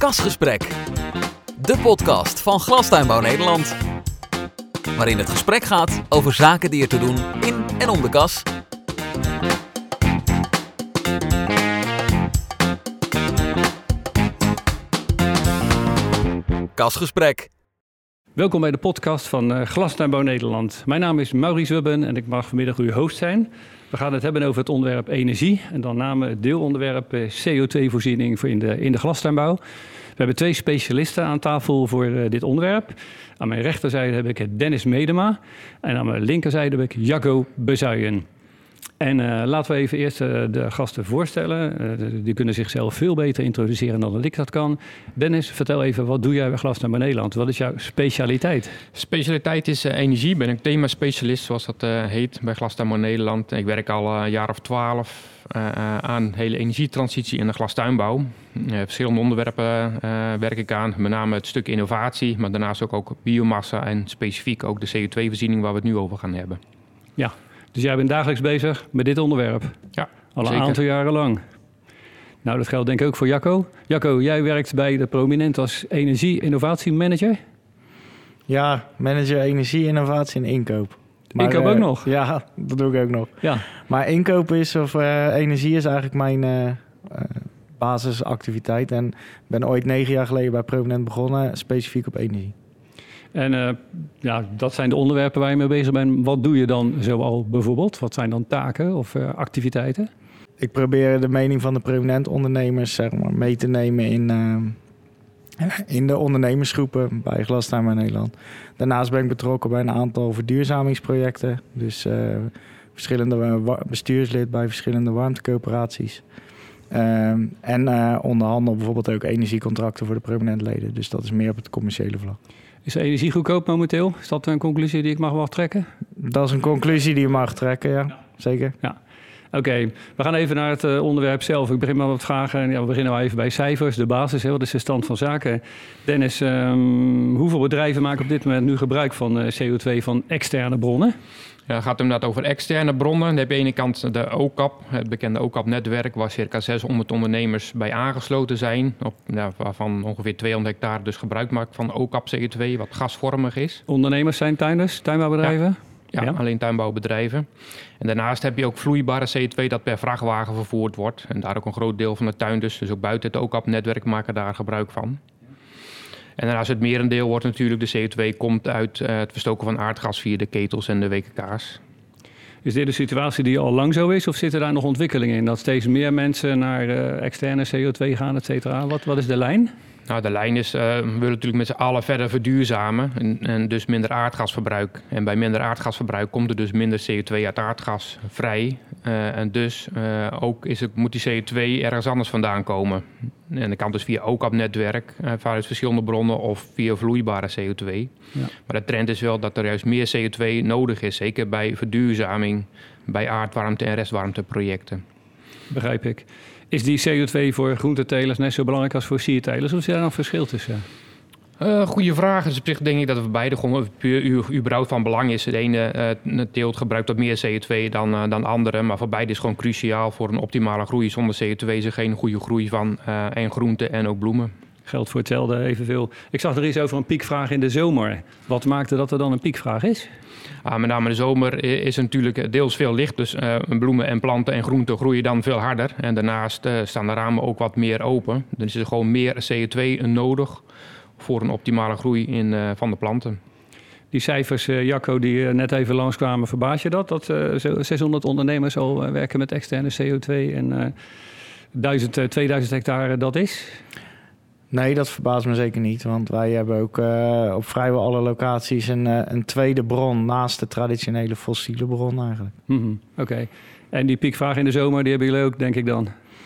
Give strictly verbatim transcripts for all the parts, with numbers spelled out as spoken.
Kasgesprek, de podcast van Glastuinbouw Nederland. Waarin het gesprek gaat over zaken die er te doen in en om de kas. Kasgesprek. Welkom bij de podcast van uh, Glastuinbouw Nederland. Mijn naam is Maurice Wubben en ik mag vanmiddag uw host zijn. We gaan het hebben over het onderwerp energie en dan name het deelonderwerp uh, C O twee voorziening voor in de, in de glastuinbouw. We hebben twee specialisten aan tafel voor uh, dit onderwerp. Aan mijn rechterzijde heb ik Dennis Medema en aan mijn linkerzijde heb ik Jacco Bezuijen. En uh, laten we even eerst uh, de gasten voorstellen. Uh, die kunnen zichzelf veel beter introduceren dan dat ik dat kan. Dennis, vertel even, wat doe jij bij Glastuinbouw Nederland? Wat is jouw specialiteit? Specialiteit is uh, energie. Ik ben een themaspecialist, zoals dat uh, heet, bij Glastuinbouw Nederland. Ik werk al uh, een jaar of twaalf uh, uh, aan hele energietransitie in de glastuinbouw. Uh, verschillende onderwerpen uh, werk ik aan. Met name het stuk innovatie, maar daarnaast ook, ook biomassa en specifiek ook de C O twee voorziening waar we het nu over gaan hebben. Ja. Dus jij bent dagelijks bezig met dit onderwerp? Ja, Al een zeker. aantal jaren lang. Nou, dat geldt denk ik ook voor Jacco. Jacco, jij werkt bij de Prominent als energie-innovatiemanager. Ja, manager energie, innovatie en inkoop. Maar, inkoop ook uh, nog? Ja, dat doe ik ook nog. Ja. Maar inkoop is, of uh, energie is eigenlijk mijn uh, uh, basisactiviteit. En ik ben ooit negen jaar geleden bij Prominent begonnen, specifiek op energie. En uh, ja, dat zijn de onderwerpen waar je mee bezig bent. Wat doe je dan zoal bijvoorbeeld? Wat zijn dan taken of uh, activiteiten? Ik probeer de mening van de Prominent ondernemers zeg maar, mee te nemen in, uh, in de ondernemersgroepen bij Glastuinbouw Nederland. Daarnaast ben ik betrokken bij een aantal verduurzamingsprojecten. Dus uh, verschillende bestuurslid bij verschillende warmtecoöperaties. Uh, en uh, onderhandel bijvoorbeeld ook energiecontracten voor de Prominentleden. Dus dat is meer op het commerciële vlak. Is de energie goedkoop momenteel? Is dat een conclusie die ik mag wel trekken? Dat is een conclusie die je mag trekken, ja. ja. Zeker. Ja. Oké, okay. We gaan even naar het uh, onderwerp zelf. Ik begin maar wat vragen. Ja, we beginnen wel even bij cijfers, de basis. Hè. Wat is de stand van zaken? Dennis, um, hoeveel bedrijven maken op dit moment nu gebruik van uh, C O twee van externe bronnen? Ja, het gaat inderdaad over externe bronnen. Dan heb je aan de ene kant de O C A P, het bekende O C A P-netwerk, waar circa zeshonderd ondernemers bij aangesloten zijn. Op, ja, waarvan ongeveer tweehonderd hectare dus gebruik maakt van O C A P C O twee, wat gasvormig is. Ondernemers zijn tuinders, tuinbouwbedrijven? Ja. Ja, ja, alleen tuinbouwbedrijven. En daarnaast heb je ook vloeibare C O twee dat per vrachtwagen vervoerd wordt. En daar ook een groot deel van de tuinders, dus ook buiten het O C A P-netwerk, maken daar gebruik van. En daarnaast het merendeel wordt natuurlijk, de C O twee komt uit uh, het verstoken van aardgas via de ketels en de W K K's. Is dit een situatie die al lang zo is of zitten daar nog ontwikkelingen in? Dat steeds meer mensen naar uh, externe C O twee gaan, et cetera. Wat, wat is de lijn? Nou, de lijn is, uh, we willen natuurlijk met z'n allen verder verduurzamen en, en dus minder aardgasverbruik. En bij minder aardgasverbruik komt er dus minder C O twee uit aardgas vrij. Uh, en dus uh, ook is het, moet die C O twee ergens anders vandaan komen. En dat kan dus via O C A P-netwerk, uh, vanuit verschillende bronnen of via vloeibare C O twee. Ja. Maar de trend is wel dat er juist meer C O twee nodig is, zeker bij verduurzaming, bij aardwarmte- en restwarmteprojecten. Begrijp ik. Is die C O twee voor groentetelers net zo belangrijk als voor siertelers? Of is daar nog verschil tussen? Uh, goeie vraag. Dus op zich denk ik dat het voor beide gewoon puur überhaupt van belang is. De ene uh, teelt gebruikt wat meer C O twee dan, uh, dan andere. Maar voor beide is gewoon cruciaal voor een optimale groei. Zonder C O twee is er geen goede groei van uh, en groenten en ook bloemen. Geldt voor hetzelfde evenveel. Ik zag er iets over een piekvraag in de zomer. Wat maakte dat er dan een piekvraag is? Ah, met name in de zomer is er natuurlijk deels veel licht. Dus uh, bloemen en planten en groenten groeien dan veel harder. En daarnaast uh, staan de ramen ook wat meer open. Dan is er gewoon meer C O twee nodig voor een optimale groei in, uh, van de planten. Die cijfers, uh, Jacco, die uh, net even langskwamen, verbaas je dat? Dat uh, zeshonderd ondernemers al uh, werken met externe C O twee en uh, duizend, uh, tweeduizend hectare dat is? Nee, dat verbaast me zeker niet. Want wij hebben ook uh, op vrijwel alle locaties een, uh, een tweede bron naast de traditionele fossiele bron eigenlijk. Mm-hmm. Oké. Okay. En die piekvraag in de zomer, die hebben jullie ook, denk ik dan?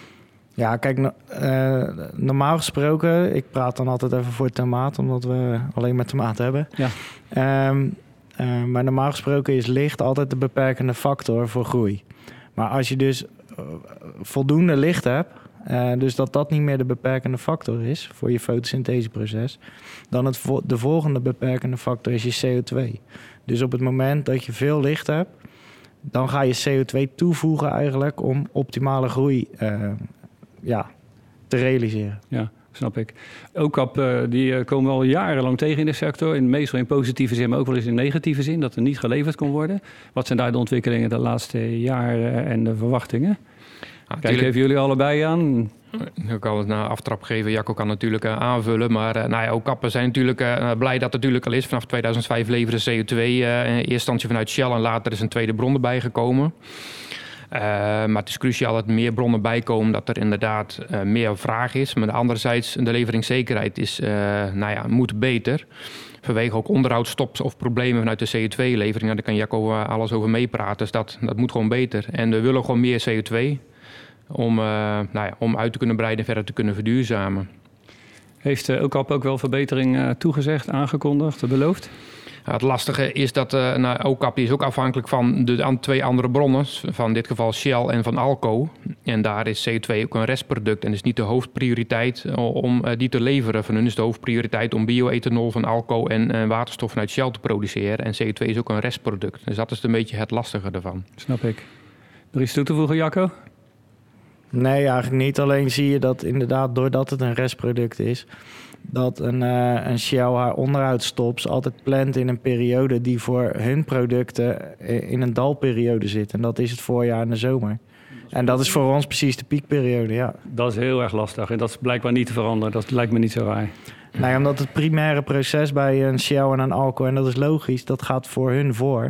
Ja, kijk, no, uh, normaal gesproken, ik praat dan altijd even voor tomaat, omdat we alleen maar tomaat hebben. Ja. Um, uh, maar normaal gesproken is licht altijd de beperkende factor voor groei. Maar als je dus uh, voldoende licht hebt, Uh, dus dat dat niet meer de beperkende factor is voor je fotosyntheseproces, dan het vo- de volgende beperkende factor is je C O twee. Dus op het moment dat je veel licht hebt, dan ga je C O twee toevoegen eigenlijk om optimale groei uh, ja, te realiseren. Ja. snap ik. O C A P, uh, die uh, komen al jarenlang tegen in de sector. In, meestal in positieve zin, maar ook wel eens in negatieve zin. Dat er niet geleverd kon worden. Wat zijn daar de ontwikkelingen de laatste jaren en de verwachtingen? Ja, Kijk even jullie allebei aan. Ik kan het na aftrap geven. Jacco kan natuurlijk uh, aanvullen. Maar uh, nou ja, O C A P zijn natuurlijk uh, blij dat het natuurlijk al is. Vanaf tweeduizend vijf leveren C O twee uh, in eerste instantie vanuit Shell. En later is een tweede bron erbij gekomen. Uh, maar het is cruciaal dat er meer bronnen bijkomen, dat er inderdaad uh, meer vraag is. Maar anderzijds, de leveringszekerheid is, uh, nou ja, moet beter. Vanwege ook onderhoudsstops of problemen vanuit de C O twee levering. Daar kan Jacco uh, alles over meepraten. Dus dat, dat moet gewoon beter. En we willen gewoon meer C O twee om, uh, nou ja, om uit te kunnen breiden en verder te kunnen verduurzamen. Heeft uh, O C A P ook wel verbetering uh, toegezegd, aangekondigd, beloofd? Ja, het lastige is dat uh, nou, O C A P is ook afhankelijk van de an, twee andere bronnen. Van in dit geval Shell en van Alco. En daar is C O twee ook een restproduct. En is niet de hoofdprioriteit om uh, die te leveren. Van hun is de hoofdprioriteit om bioethanol van Alco en uh, waterstof vanuit Shell te produceren. En C O twee is ook een restproduct. Dus dat is een beetje het lastige ervan. Snap ik. Er iets toe te voegen, Jacco? Nee, eigenlijk niet. Alleen zie je dat inderdaad, doordat het een restproduct is, dat een, uh, een Shell haar onderhoudsstops altijd plant in een periode die voor hun producten in een dalperiode zit. En dat is het voorjaar en de zomer. En dat is voor ons precies de piekperiode, ja. Dat is heel erg lastig en dat is blijkbaar niet te veranderen. Dat lijkt me niet zo raar. Nee, omdat het primaire proces bij een Shell en een Alco, en dat is logisch, dat gaat voor hun voor.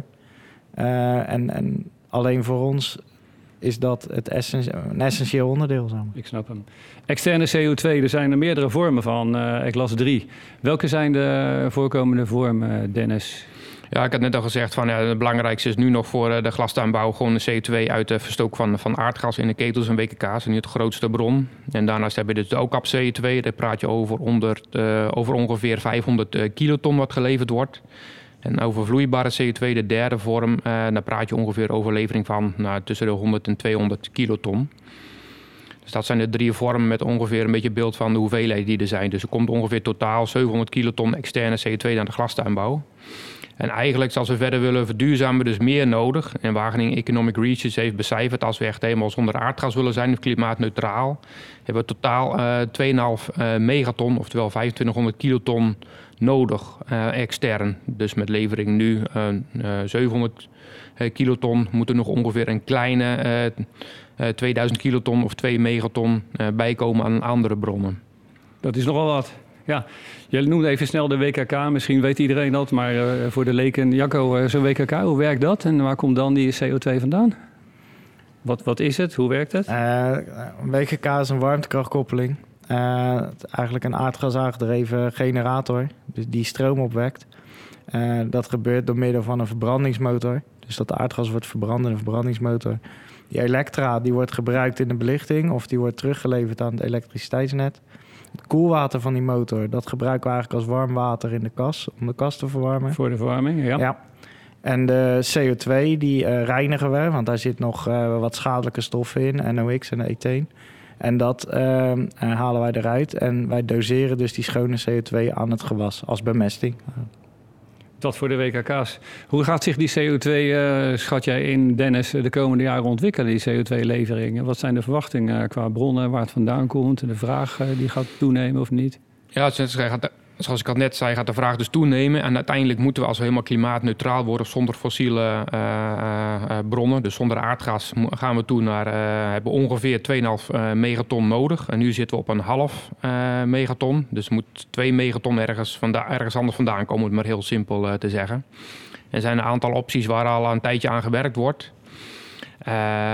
Uh, en, en alleen voor ons is dat het essen- een essentieel onderdeel. Zeg maar. Ik snap hem. Externe C O twee, er zijn er meerdere vormen van. Uh, ik las drie. Welke zijn de voorkomende vormen, Dennis? Ja, ik had net al gezegd, van, ja, het belangrijkste is nu nog voor de glastuinbouw gewoon de C O twee uit de verstook van, van aardgas in de ketels en W K K's. En nu het grootste bron. En daarnaast heb je dus de O C A P C O twee. Daar praat je over, onder, uh, over ongeveer vijfhonderd uh, kiloton wat geleverd wordt. En over vloeibare C O twee, de derde vorm, uh, daar praat je ongeveer over levering van nou, tussen de honderd en tweehonderd kiloton. Dus dat zijn de drie vormen met ongeveer een beetje beeld van de hoeveelheden die er zijn. Dus er komt ongeveer totaal zevenhonderd kiloton externe C O twee naar de glastuinbouw. En eigenlijk, als we verder willen verduurzamen, dus meer nodig. En Wageningen Economic Research heeft becijferd, als we echt helemaal zonder aardgas willen zijn, of klimaatneutraal, hebben we totaal uh, twee komma vijf uh, megaton, oftewel vijfentwintighonderd kiloton nodig, uh, extern. Dus met levering nu uh, uh, zevenhonderd uh, kiloton, moet er nog ongeveer een kleine uh, uh, tweeduizend kiloton of twee megaton uh, bijkomen aan andere bronnen. Dat is nogal wat. Ja, je noemde even snel de W K K. Misschien weet iedereen dat, maar uh, voor de leken, Jacco, uh, zo'n W K K, hoe werkt dat? En waar komt dan die C O twee vandaan? Wat, wat is het? Hoe werkt het? Uh, een W K K is een warmtekrachtkoppeling. Uh, eigenlijk een aardgas aangedreven generator, dus die stroom opwekt. Uh, dat gebeurt door middel van een verbrandingsmotor. Dus dat aardgas wordt verbrand in een verbrandingsmotor. Die elektra die wordt gebruikt in de belichting of die wordt teruggeleverd aan het elektriciteitsnet. Het koelwater van die motor, dat gebruiken we eigenlijk als warm water in de kas, om de kas te verwarmen. Voor de verwarming, ja. ja. En de C O twee, die uh, reinigen we, want daar zit nog uh, wat schadelijke stoffen in, N O X en etheen. En dat uh, halen wij eruit en wij doseren dus die schone C O twee aan het gewas als bemesting. Dat voor de W K K's. Hoe gaat zich die C O twee, uh, schat jij in, Dennis, de komende jaren ontwikkelen, die C O twee leveringen? Wat zijn de verwachtingen qua bronnen, waar het vandaan komt? De vraag uh, die gaat toenemen of niet? Ja, zoals ik al net zei, gaat de vraag dus toenemen. En uiteindelijk moeten we, als we helemaal klimaatneutraal worden, zonder fossiele uh, uh, bronnen, dus zonder aardgas, gaan we toe naar, uh, hebben ongeveer twee komma vijf uh, megaton nodig. En nu zitten we op een half uh, megaton. Dus moet twee megaton ergens, vanda- ergens anders vandaan komen, om het maar heel simpel uh, te zeggen. Er zijn een aantal opties waar al een tijdje aan gewerkt wordt. Uh,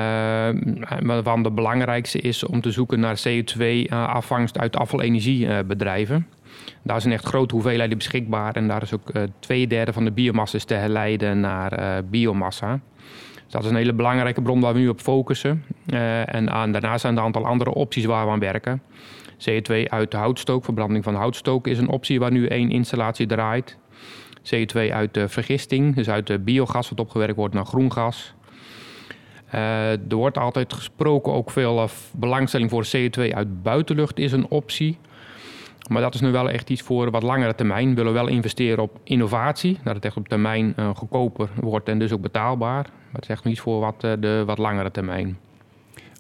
waarvan de belangrijkste is om te zoeken naar C O twee uh, afvangst uit afvalenergiebedrijven. Daar zijn echt grote hoeveelheden beschikbaar en daar is ook uh, twee derde van de biomassa te herleiden naar uh, biomassa. Dus dat is een hele belangrijke bron waar we nu op focussen. Uh, en aan, daarnaast zijn er een aantal andere opties waar we aan werken. C O twee uit de houtstook, verbranding van houtstook is een optie waar nu één installatie draait. C O twee uit de vergisting, dus uit de biogas wat opgewerkt wordt naar groen gas. Uh, er wordt altijd gesproken, ook veel uh, belangstelling voor C O twee uit buitenlucht is een optie. Maar dat is nu wel echt iets voor wat langere termijn. We willen wel investeren op innovatie, dat het echt op termijn uh, goedkoper wordt en dus ook betaalbaar. Maar het is echt nog iets voor wat, uh, de wat langere termijn.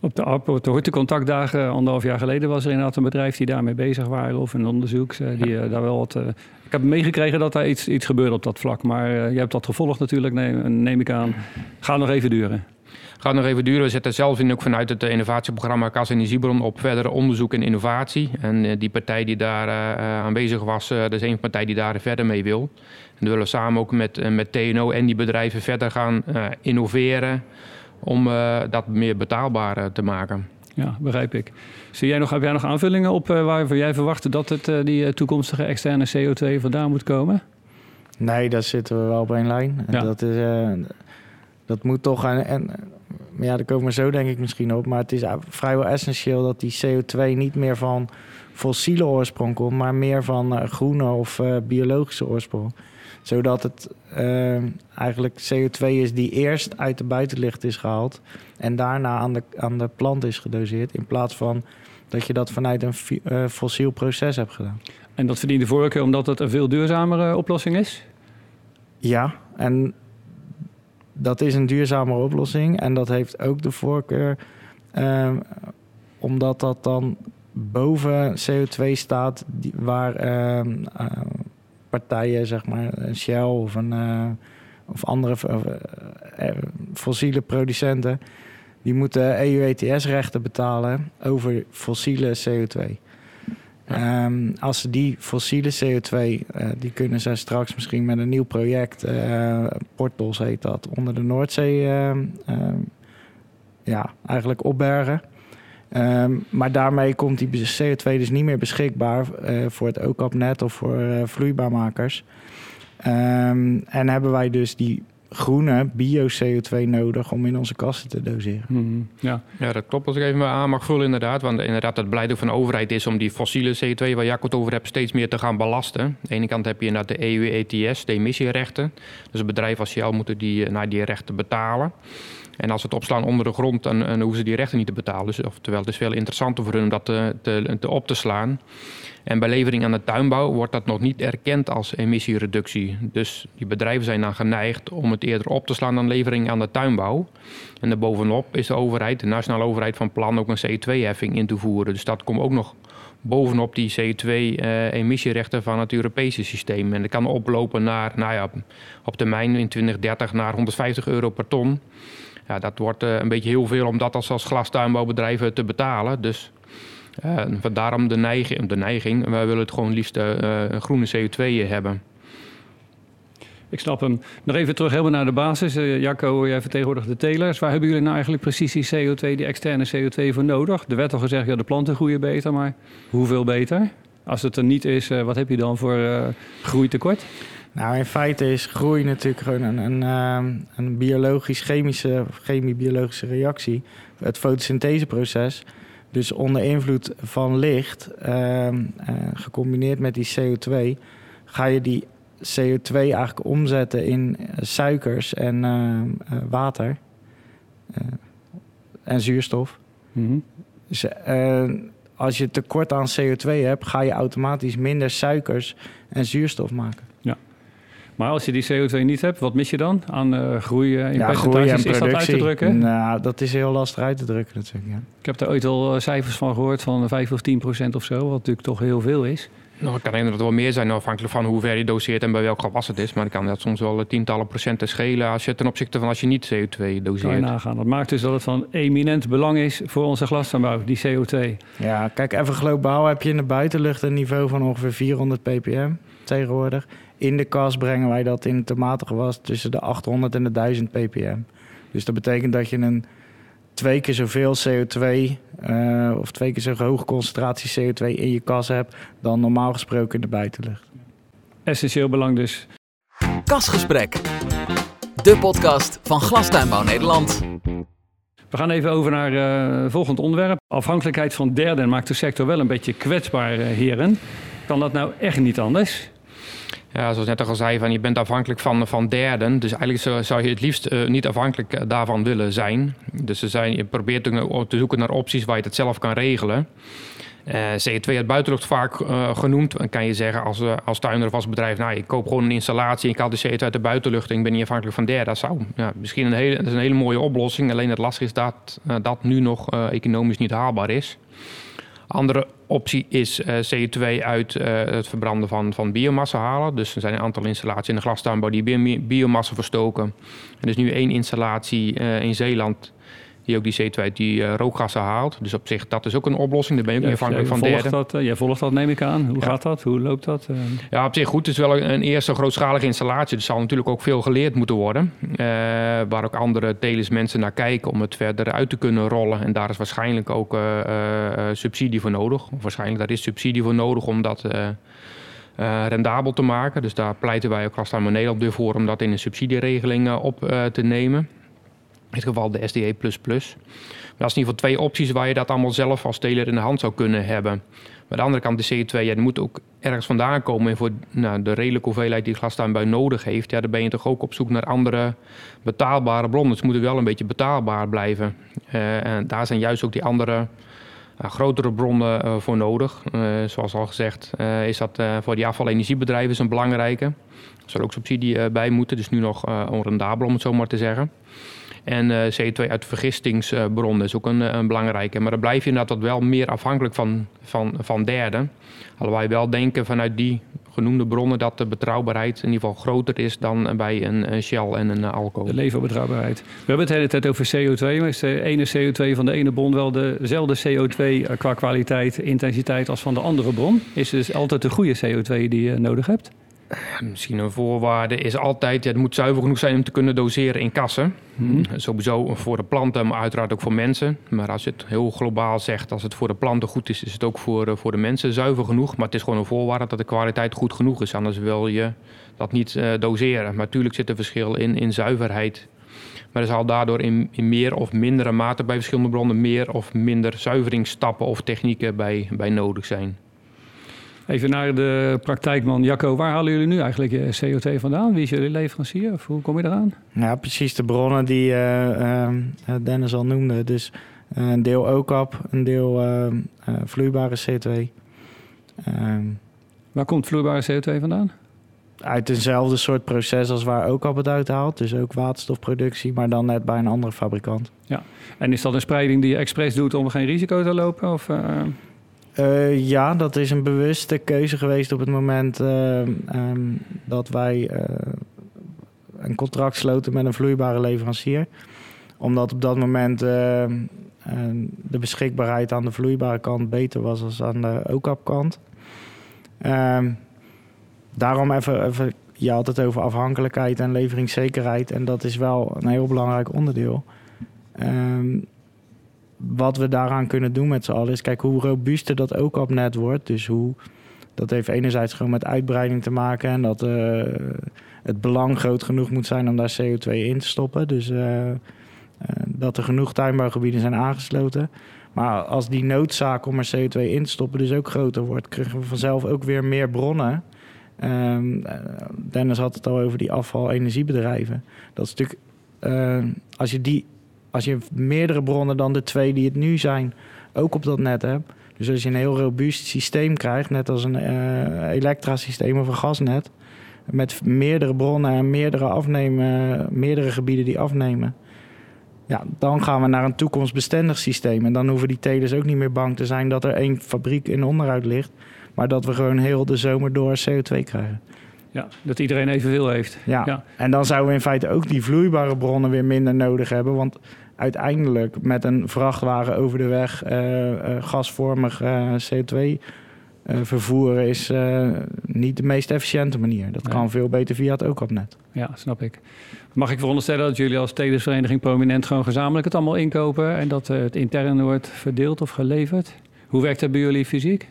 Op de, op de horticontactdagen, anderhalf jaar geleden, was er inderdaad een bedrijf die daarmee bezig waren. Of een onderzoek. Uh, die uh, daar wel wat. Uh, ik heb meegekregen dat daar iets, iets gebeurde op dat vlak. Maar uh, je hebt dat gevolgd natuurlijk, neem, neem ik aan. Gaat nog even duren. Gaat nog even duren. We zetten zelf in ook vanuit het innovatieprogramma Kas Energiebron op verdere onderzoek en innovatie. En uh, die partij die daar uh, aanwezig was, uh, dat is een partij die daar verder mee wil. En dan willen we samen ook met, uh, met T N O en die bedrijven verder gaan uh, innoveren om uh, dat meer betaalbaar uh, te maken. Ja, begrijp ik. Zie jij nog, heb jij nog aanvullingen op uh, waarvan jij verwacht dat het, uh, die uh, toekomstige externe C O twee vandaan moet komen? Nee, daar zitten we wel op één lijn. Ja. Dat, is, uh, dat moet toch... En, en, ja, daar komen we zo denk ik misschien op. Maar het is vrijwel essentieel dat die C O twee niet meer van fossiele oorsprong komt, maar meer van uh, groene of uh, biologische oorsprong. Zodat het uh, eigenlijk C O twee is die eerst uit de buitenlucht is gehaald en daarna aan de, aan de plant is gedoseerd, in plaats van dat je dat vanuit een fi- uh, fossiel proces hebt gedaan. En dat verdient de voorkeur omdat het een veel duurzamere oplossing is? Ja, en dat is een duurzamere oplossing. En dat heeft ook de voorkeur uh, omdat dat dan boven C O twee staat die, waar uh, uh, partijen, zeg maar, een Shell of, een, uh, of andere uh, uh, fossiele producenten, die moeten E U E T S-rechten betalen over fossiele C O twee. Ja. Um, als ze die fossiele C O twee, uh, die kunnen ze straks misschien met een nieuw project, uh, Portos heet dat, onder de Noordzee, uh, uh, ja, eigenlijk opbergen. Um, maar daarmee komt die C O twee dus niet meer beschikbaar uh, voor het O C A P-net of voor uh, vloeibaarmakers. Um, en hebben wij dus die groene bio-C O twee nodig om in onze kassen te doseren. Mm-hmm. Ja. ja, dat klopt. Als ik even maar aan mag vullen inderdaad. Want inderdaad het beleid ook van de overheid is om die fossiele C O twee, waar Jacco het over hebt, steeds meer te gaan belasten. Aan de ene kant heb je inderdaad de E U E T S, de emissierechten. Dus een bedrijf als Shell moeten die, naar die rechten betalen. En als ze het opslaan onder de grond, dan, dan hoeven ze die rechten niet te betalen. Dus, oftewel, het is veel interessanter voor hun om dat te, te, te op te slaan. En bij levering aan de tuinbouw wordt dat nog niet erkend als emissiereductie. Dus die bedrijven zijn dan geneigd om het eerder op te slaan dan levering aan de tuinbouw. En daarbovenop is de overheid, de nationale overheid, van plan ook een C O twee heffing in te voeren. Dus dat komt ook nog bovenop die C O twee emissierechten van het Europese systeem. En dat kan oplopen naar, nou ja, op termijn in twintig dertig naar honderdvijftig euro per ton. Ja, dat wordt uh, een beetje heel veel om dat als, als glastuinbouwbedrijven te betalen. Dus uh, daarom de neiging, de neiging. Wij willen het gewoon liefst uh, een groene C O twee hebben. Ik snap hem. Nog even terug helemaal naar de basis. Uh, Jacco, jij vertegenwoordigt de telers. Waar hebben jullie nou eigenlijk precies die C O twee, die externe C O twee voor nodig? Er werd al gezegd, ja, de planten groeien beter, maar hoeveel beter? Als het er niet is, uh, wat heb je dan voor uh, groeitekort? Nou, in feite is groei natuurlijk gewoon een, een, een biologisch-chemische, chemie-biologische reactie. Het fotosyntheseproces. Dus onder invloed van licht, uh, uh, gecombineerd met die C O twee, ga je die C O twee eigenlijk omzetten in uh, suikers en uh, uh, water uh, en zuurstof. Mm-hmm. Dus, uh, als je tekort aan C O twee hebt, ga je automatisch minder suikers en zuurstof maken. Ja. Maar als je die C O twee niet hebt, wat mis je dan aan uh, groei in ja, percentages? Groei en is dat uit te drukken? Nou, dat is heel lastig uit te drukken natuurlijk. Ja. Ik heb daar ooit al cijfers van gehoord van vijf of tien procent of zo, wat natuurlijk toch heel veel is. Nou, het kan inderdaad wel meer zijn, afhankelijk van hoe ver je doseert en bij welk gewas het is. Maar dan kan dat soms wel tientallen procenten schelen als je ten opzichte van als je niet C O twee doseert. Kan je nagaan. Dat maakt dus dat het van eminent belang is voor onze glastuinbouw, die C O twee. Ja, kijk, even globaal heb je in de buitenlucht een niveau van ongeveer vierhonderd ppm tegenwoordig. In de kas brengen wij dat in het tomatengewas tussen de achthonderd en de duizend ppm. Dus dat betekent dat je een twee keer zoveel C O twee uh, of twee keer zo hoge concentratie C O twee in je kas hebt dan normaal gesproken in de buitenlucht. Essentieel belang dus. Kasgesprek. De podcast van Glastuinbouw Nederland. We gaan even over naar het uh, volgend onderwerp. Afhankelijkheid van derden maakt de sector wel een beetje kwetsbaar, uh, heren. Kan dat nou echt niet anders? Ja, zoals net al zei, van, je bent afhankelijk van, van derden. Dus eigenlijk zou, zou je het liefst uh, niet afhankelijk daarvan willen zijn. Dus er zijn, je probeert te zoeken naar opties waar je het zelf kan regelen. Uh, C O twee uit buitenlucht vaak uh, genoemd. Dan kan je zeggen als, uh, als tuinder of als bedrijf... nou, ik koop gewoon een installatie... en ik haal de C O twee uit de buitenlucht... en ik ben niet afhankelijk van derde. Dat zou ja, misschien een hele, dat is een hele mooie oplossing. Alleen het lastige is dat uh, dat nu nog uh, economisch niet haalbaar is. Andere optie is uh, C O twee uit uh, het verbranden van, van biomassa halen. Dus er zijn een aantal installaties in de glastuinbouw... die bio- biomassa verstoken. En er is nu één installatie uh, in Zeeland... die ook die C O twee uit die uh, rookgassen haalt. Dus op zich, dat is ook een oplossing. Daar ben je ook ja, niet afhankelijk van derde. Dat, uh, jij volgt dat, neem ik aan. Hoe ja. gaat dat? Hoe loopt dat? Uh... Ja, op zich goed. Het is wel een, een eerste grootschalige installatie. Er zal natuurlijk ook veel geleerd moeten worden. Uh, waar ook andere telers mensen naar kijken om het verder uit te kunnen rollen. En daar is waarschijnlijk ook uh, uh, subsidie voor nodig. Of waarschijnlijk daar is subsidie voor nodig om dat... Uh, Uh, rendabel te maken. Dus daar pleiten wij ook Glastuinbouw Nederland weer voor om dat in een subsidieregeling uh, op uh, te nemen. In dit geval de S D E plus plus. Maar dat is in ieder geval twee opties waar je dat allemaal zelf als teler in de hand zou kunnen hebben. Maar aan de andere kant, de C O twee, ja, die moet ook ergens vandaan komen. En voor nou, de redelijke hoeveelheid die glastuinbouw nodig heeft, ja, dan ben je toch ook op zoek naar andere betaalbare bronnen. Dus ze moeten wel een beetje betaalbaar blijven. Uh, en daar zijn juist ook die andere... Uh, grotere bronnen uh, voor nodig. Uh, zoals al gezegd uh, is dat uh, voor die afvalenergiebedrijven een belangrijke. Er zal ook subsidie uh, bij moeten, dus nu nog uh, onrendabel om het zo maar te zeggen. En uh, C O twee uit vergistingsbronnen is ook een, een belangrijke. Maar dan blijf je inderdaad wat wel meer afhankelijk van, van, van derden. Alhoewel wij wel denken vanuit die genoemde bronnen dat de betrouwbaarheid in ieder geval groter is dan bij een, een Shell en een Alco. De leverbetrouwbaarheid. We hebben het de hele tijd over C O twee, maar is de ene C O twee van de ene bron wel dezelfde C O twee qua kwaliteit, intensiteit als van de andere bron? Is het dus altijd de goede C O twee die je nodig hebt? Misschien een voorwaarde is altijd, ja, het moet zuiver genoeg zijn om te kunnen doseren in kassen. Hmm. Sowieso voor de planten, maar uiteraard ook voor mensen. Maar als je het heel globaal zegt, als het voor de planten goed is, is het ook voor, voor de mensen zuiver genoeg. Maar het is gewoon een voorwaarde dat de kwaliteit goed genoeg is. Anders wil je dat niet uh, doseren. Maar natuurlijk zit er verschil in, in zuiverheid. Maar er zal daardoor in, in meer of mindere mate bij verschillende bronnen meer of minder zuiveringsstappen of technieken bij, bij nodig zijn. Even naar de praktijkman. Jacco, waar halen jullie nu eigenlijk je C O twee vandaan? Wie is jullie leverancier? Of hoe kom je eraan? Ja, precies de bronnen die uh, uh, Dennis al noemde. Dus uh, een deel O C A P, een deel uh, uh, vloeibare C O twee. Uh, waar komt vloeibare C O twee vandaan? Uit eenzelfde soort proces als waar O C A P het uithaalt. Dus ook waterstofproductie, maar dan net bij een andere fabrikant. Ja. En is dat een spreiding die je expres doet om geen risico te lopen? Of... Uh... Uh, ja, dat is een bewuste keuze geweest op het moment uh, um, dat wij uh, een contract sloten met een vloeibare leverancier. Omdat op dat moment uh, uh, de beschikbaarheid aan de vloeibare kant beter was dan aan de O C A P-kant. Uh, daarom even, even, je had het over afhankelijkheid en leveringszekerheid. En dat is wel een heel belangrijk onderdeel. Uh, Wat we daaraan kunnen doen met z'n allen is... kijk, hoe robuuster dat O C A P-net wordt. Dus hoe... Dat heeft enerzijds gewoon met uitbreiding te maken... en dat uh, het belang groot genoeg moet zijn om daar C O twee in te stoppen. Dus uh, uh, dat er genoeg tuinbouwgebieden zijn aangesloten. Maar als die noodzaak om er C O twee in te stoppen dus ook groter wordt... krijgen we vanzelf ook weer meer bronnen. Um, Dennis had het al over die afval-energiebedrijven. Dat is natuurlijk... Uh, als je die... Als je meerdere bronnen dan de twee die het nu zijn ook op dat net hebt. Dus als je een heel robuust systeem krijgt, net als een uh, elektrasysteem of een gasnet. Met meerdere bronnen en meerdere afnemen, meerdere gebieden die afnemen. Ja, dan gaan we naar een toekomstbestendig systeem. En dan hoeven die telers ook niet meer bang te zijn dat er één fabriek in onderhoud ligt. Maar dat we gewoon heel de zomer door C O twee krijgen. Ja, dat iedereen evenveel heeft. Ja. ja, en dan zouden we in feite ook die vloeibare bronnen weer minder nodig hebben. Want uiteindelijk met een vrachtwagen over de weg uh, uh, gasvormig uh, C O twee uh, vervoeren is uh, niet de meest efficiënte manier. Dat nee. kan veel beter via het O C A P-net. Ja, snap ik. Mag ik veronderstellen dat jullie als telersvereniging Prominent gewoon gezamenlijk het allemaal inkopen en dat uh, het intern wordt verdeeld of geleverd? Hoe werkt dat bij jullie fysiek?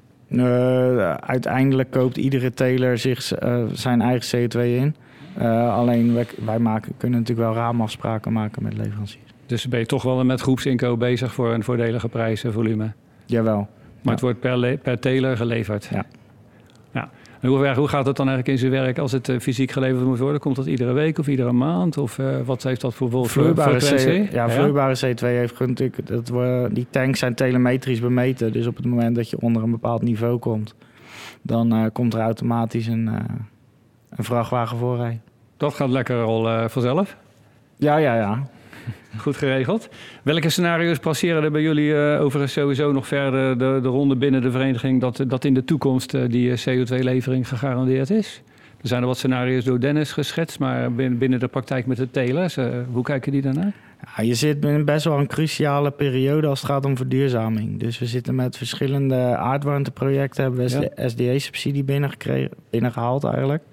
Uh, uiteindelijk koopt iedere teler zich uh, zijn eigen C O twee in. Uh, alleen wij, wij maken, kunnen natuurlijk wel raamafspraken maken met leveranciers. Dus ben je toch wel met groepsinkoop bezig voor een voordelige prijs en volume? Jawel. Maar ja. het wordt per, le- per teler geleverd? Ja. ja. En hoe, hoe gaat het dan eigenlijk in zijn werk als het uh, fysiek geleverd moet worden? Komt dat iedere week of iedere maand? Of uh, wat heeft dat voor vloeibare frequentie? C, ja, vloeibare C twee heeft natuurlijk... Dat we, die tanks zijn telemetrisch bemeten. Dus op het moment dat je onder een bepaald niveau komt... dan uh, komt er automatisch een, uh, een vrachtwagen voorrijden. Dat gaat lekker al uh, vanzelf? Ja, ja, ja. Goed geregeld. Welke scenario's passeren er bij jullie uh, overigens sowieso nog verder de, de ronde binnen de vereniging... dat, dat in de toekomst uh, die C O twee levering gegarandeerd is? Er zijn er wat scenario's door Dennis geschetst, maar binnen de praktijk met de telers, uh, hoe kijken die daarnaar? Ja, je zit in best wel een cruciale periode als het gaat om verduurzaming. Dus we zitten met verschillende aardwarmteprojecten, hebben we ja. S D E-subsidie binnengekregen, binnengehaald eigenlijk.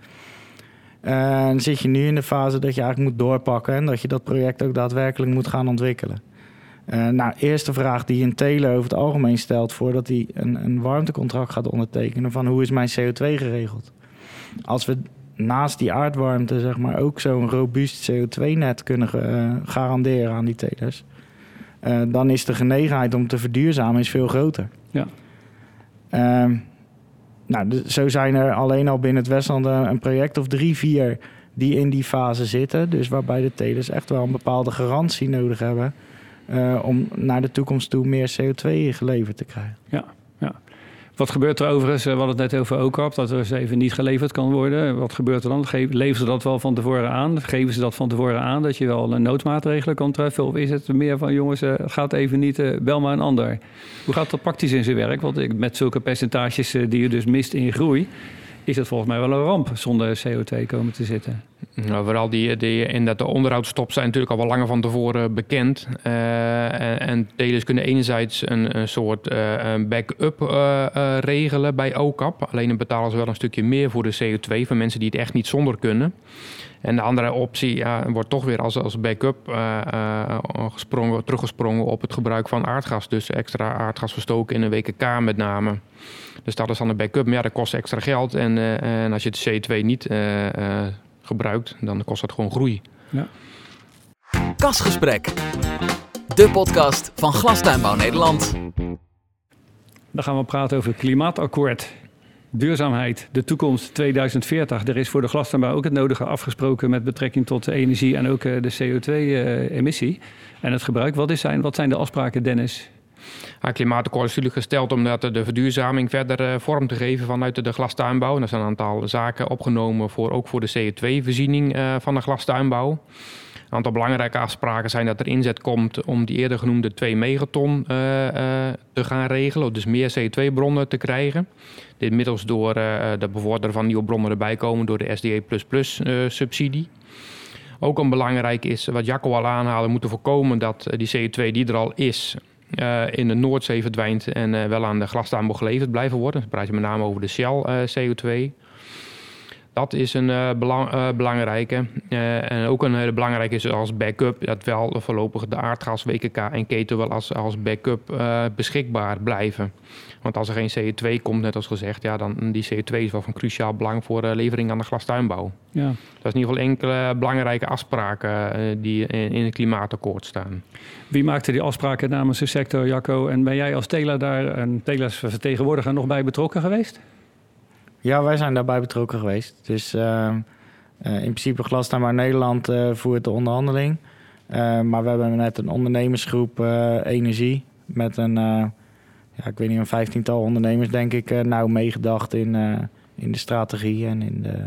En dan zit je nu in de fase dat je eigenlijk moet doorpakken en dat je dat project ook daadwerkelijk moet gaan ontwikkelen. Uh, nou, eerste vraag die een teler over het algemeen stelt voordat hij een, een warmtecontract gaat ondertekenen, van hoe is mijn C O twee geregeld? Als we naast die aardwarmte zeg maar ook zo'n robuust C O twee net kunnen uh, garanderen aan die telers, uh, dan is de genegenheid om te verduurzamen is veel groter. Ja. Uh, nou, dus zo zijn er alleen al binnen het Westland een project of drie, vier die in die fase zitten. Dus waarbij de telers echt wel een bepaalde garantie nodig hebben uh, om naar de toekomst toe meer C O twee geleverd te krijgen. Ja, ja. Wat gebeurt er overigens? We hadden het net over O C A P, dat er eens even niet geleverd kan worden. Wat gebeurt er dan? Leveren ze dat wel van tevoren aan? Geven ze dat van tevoren aan, dat je wel een noodmaatregelen kan treffen? Of is het meer van, jongens, uh, gaat even niet, uh, bel maar een ander? Hoe gaat dat praktisch in zijn werk? Want met zulke percentages uh, die je dus mist in groei, is het volgens mij wel een ramp zonder C O twee komen te zitten. Nou, vooral die, die, in dat de onderhoudsstops zijn natuurlijk al wel langer van tevoren bekend. Uh, en, en telers kunnen enerzijds een, een soort uh, back-up uh, uh, regelen bij O C A P. Alleen dan betalen ze wel een stukje meer voor de C O twee voor mensen die het echt niet zonder kunnen. En de andere optie ja, wordt toch weer als, als backup uh, uh, gesprongen, teruggesprongen op het gebruik van aardgas. Dus extra aardgas verstoken in een W K K met name. Dus dat is dan een backup, maar ja, dat kost extra geld. En, uh, en als je de C O twee niet uh, uh, gebruikt, dan kost dat gewoon groei. Ja. Kasgesprek, de podcast van Glastuinbouw Nederland. Dan gaan we praten over het klimaatakkoord. Duurzaamheid, de toekomst tweeduizend veertig. Er is voor de glastuinbouw ook het nodige afgesproken met betrekking tot de energie en ook de C O twee emissie en het gebruik. Wat, is zijn, wat zijn de afspraken, Dennis? Het klimaatakkoord is natuurlijk gesteld om de verduurzaming verder uh, vorm te geven vanuit de glastuinbouw. En er zijn een aantal zaken opgenomen voor, ook voor de C O twee voorziening uh, van de glastuinbouw. Een aantal belangrijke afspraken zijn dat er inzet komt om die eerder genoemde twee megaton uh, uh, te gaan regelen. Dus meer C O twee bronnen te krijgen. Dit middels door uh, de bevorderen van nieuwe bronnen erbij komen door de S D E plus plus uh, subsidie. Ook een belangrijk is, wat Jacco al aanhaalde, we moeten voorkomen dat die C O twee die er al is Uh, in de Noordzee verdwijnt en uh, wel aan de glastuinbouw geleverd blijven worden. Dan praat je met name over de Shell uh, C O twee. Dat is een uh, belang, uh, belangrijke. Uh, en ook een hele belangrijke is als backup dat wel voorlopig de aardgas, W K K en keten wel als, als backup uh, beschikbaar blijven. Want als er geen C O twee komt, net als gezegd, ja, dan die C O twee is wel van cruciaal belang voor uh, levering aan de glastuinbouw. Ja. Dat is in ieder geval enkele belangrijke afspraken uh, die in, in het klimaatakkoord staan. Wie maakte die afspraken namens de sector, Jacco? En ben jij als teler daar, een telersvertegenwoordiger, nog bij betrokken geweest? Ja, wij zijn daarbij betrokken geweest. Dus uh, uh, in principe Glastuinbouw Nederland uh, voert de onderhandeling. Uh, maar we hebben net een ondernemersgroep uh, energie met een, uh, ja, ik weet niet, een vijftiental ondernemers, denk ik, uh, nou meegedacht in, uh, in de strategie en in de,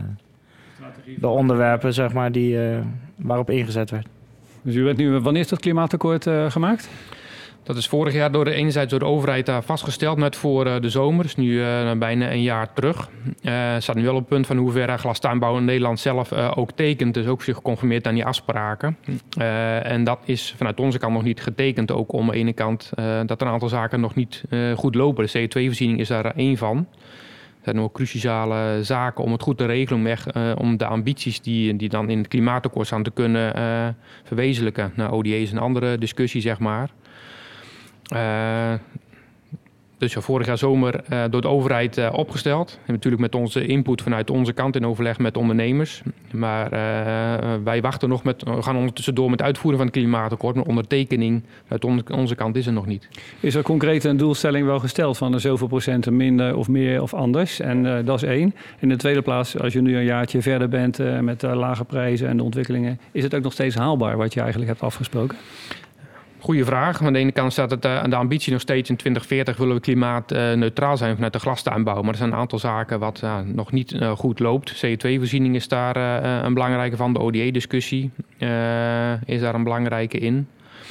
de onderwerpen, zeg maar, die, uh, waarop ingezet werd. Dus u weet nu, wanneer is dat klimaatakkoord uh, gemaakt? Dat is vorig jaar door de, enerzijds door de overheid daar vastgesteld, net voor uh, de zomer. Dus nu uh, bijna een jaar terug. Uh, staat nu wel op het punt van hoeverre Glastuinbouw in Nederland zelf uh, ook tekent. Dus ook zich geconformeerd aan die afspraken. Uh, en dat is vanuit onze kant nog niet getekend. Ook om aan de ene kant uh, dat er een aantal zaken nog niet uh, goed lopen. De C O twee voorziening is daar één van. Er zijn nog cruciale zaken om het goed te regelen. Om, echt, uh, om de ambities die, die dan in het klimaatakkoord staan te kunnen uh, verwezenlijken. Nou, O D A is een andere discussie, zeg maar. Uh, Dus ja, vorig jaar zomer uh, door de overheid uh, opgesteld. En natuurlijk met onze input vanuit onze kant in overleg met ondernemers. Maar uh, wij wachten nog met, we gaan ondertussen door met het uitvoeren van het klimaatakkoord. Maar ondertekening uit on, onze kant is er nog niet. Is er concreet een doelstelling wel gesteld van zoveel procenten minder of meer of anders? En uh, dat is één. In de tweede plaats, als je nu een jaartje verder bent uh, met uh, lage prijzen en de ontwikkelingen, is het ook nog steeds haalbaar wat je eigenlijk hebt afgesproken? Goeie vraag. Aan de ene kant staat het aan uh, de ambitie nog steeds in twintig veertig willen we klimaatneutraal uh, zijn vanuit de glastuinbouw. Maar er zijn een aantal zaken wat uh, nog niet uh, goed loopt. C O twee voorziening is daar uh, een belangrijke van. De O D E-discussie uh, is daar een belangrijke in.